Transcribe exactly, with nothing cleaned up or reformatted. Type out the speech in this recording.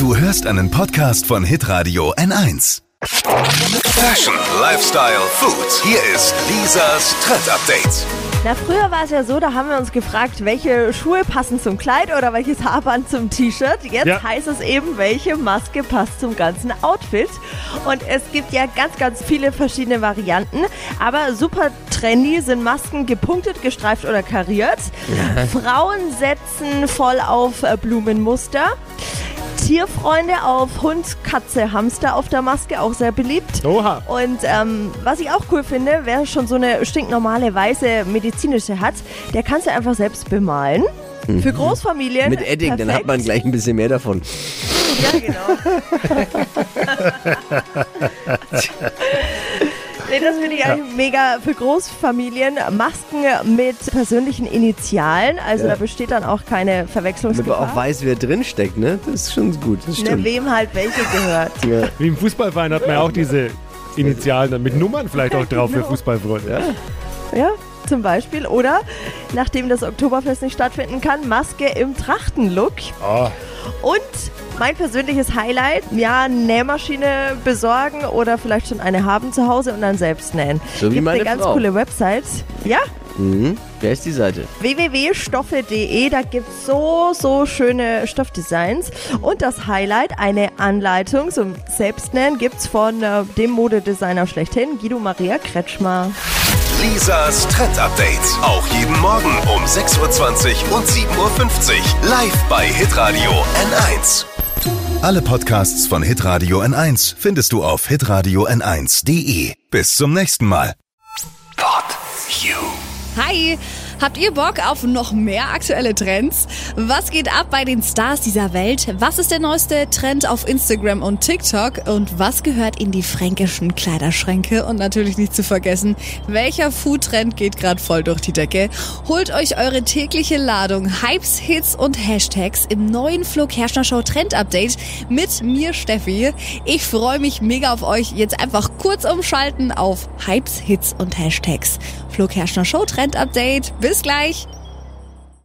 Du hörst einen Podcast von Hitradio N eins. Fashion, Lifestyle, Food. Hier ist Lisas Trend Update. Na, früher war es ja so, da haben wir uns gefragt, welche Schuhe passen zum Kleid oder welches Haarband zum T-Shirt. Jetzt ja. heißt es eben, welche Maske passt zum ganzen Outfit. Und es gibt ja ganz, ganz viele verschiedene Varianten. Aber super trendy sind Masken gepunktet, gestreift oder kariert. Ja. Frauen setzen voll auf Blumenmuster. Tierfreunde auf Hund, Katze, Hamster auf der Maske, auch sehr beliebt. Oha. Und ähm, was ich auch cool finde, wer schon so eine stinknormale weiße medizinische hat, der kann sie einfach selbst bemalen. Mhm. Für Großfamilien. Mit Edding, perfekt. Dann hat man gleich ein bisschen mehr davon. Ja, genau. Nee, das finde ich eigentlich ja. mega für Großfamilien. Masken mit persönlichen Initialen, also ja. da besteht dann auch keine Verwechslungsgefahr. Aber auch weiß, wer drin steckt, ne? Das ist schon gut, das stimmt. Ne, wem halt welche gehört. Ja. Wie im Fußballverein hat man ja auch diese Initialen dann mit Nummern vielleicht auch drauf genau. für Fußballfreunde. Ja? Ja, zum Beispiel. Oder, nachdem das Oktoberfest nicht stattfinden kann, Maske im Trachtenlook. Oh. Und mein persönliches Highlight, ja, Nähmaschine besorgen oder vielleicht schon eine haben zu Hause und dann selbst nähen. So wie Gibt meine eine ganz Frau. coole Website. Ja? Mhm. Wer ist die Seite? w w w punkt stoffe punkt d e, da gibt es so, so schöne Stoffdesigns. Und das Highlight, eine Anleitung zum Selbstnähen, gibt es von äh, dem Modedesigner schlechthin, Guido Maria Kretschmer. Lisas Trend Update. Auch jeden Morgen um sechs Uhr zwanzig und sieben Uhr fünfzig. Live bei Hitradio N eins. Alle Podcasts von Hitradio N eins findest du auf hitradio n eins punkt d e. Bis zum nächsten Mal. Pod You. Hi, habt ihr Bock auf noch mehr aktuelle Trends? Was geht ab bei den Stars dieser Welt? Was ist der neueste Trend auf Instagram und TikTok? Und was gehört in die fränkischen Kleiderschränke? Und natürlich nicht zu vergessen, welcher Foodtrend geht gerade voll durch die Decke? Holt euch eure tägliche Ladung Hypes, Hits und Hashtags im neuen Flo Kerschner Show Trend Update mit mir, Steffi. Ich freue mich mega auf euch. Jetzt einfach kurz umschalten auf Hypes, Hits und Hashtags. Flo Kerschner Show Trend Update. Bis gleich.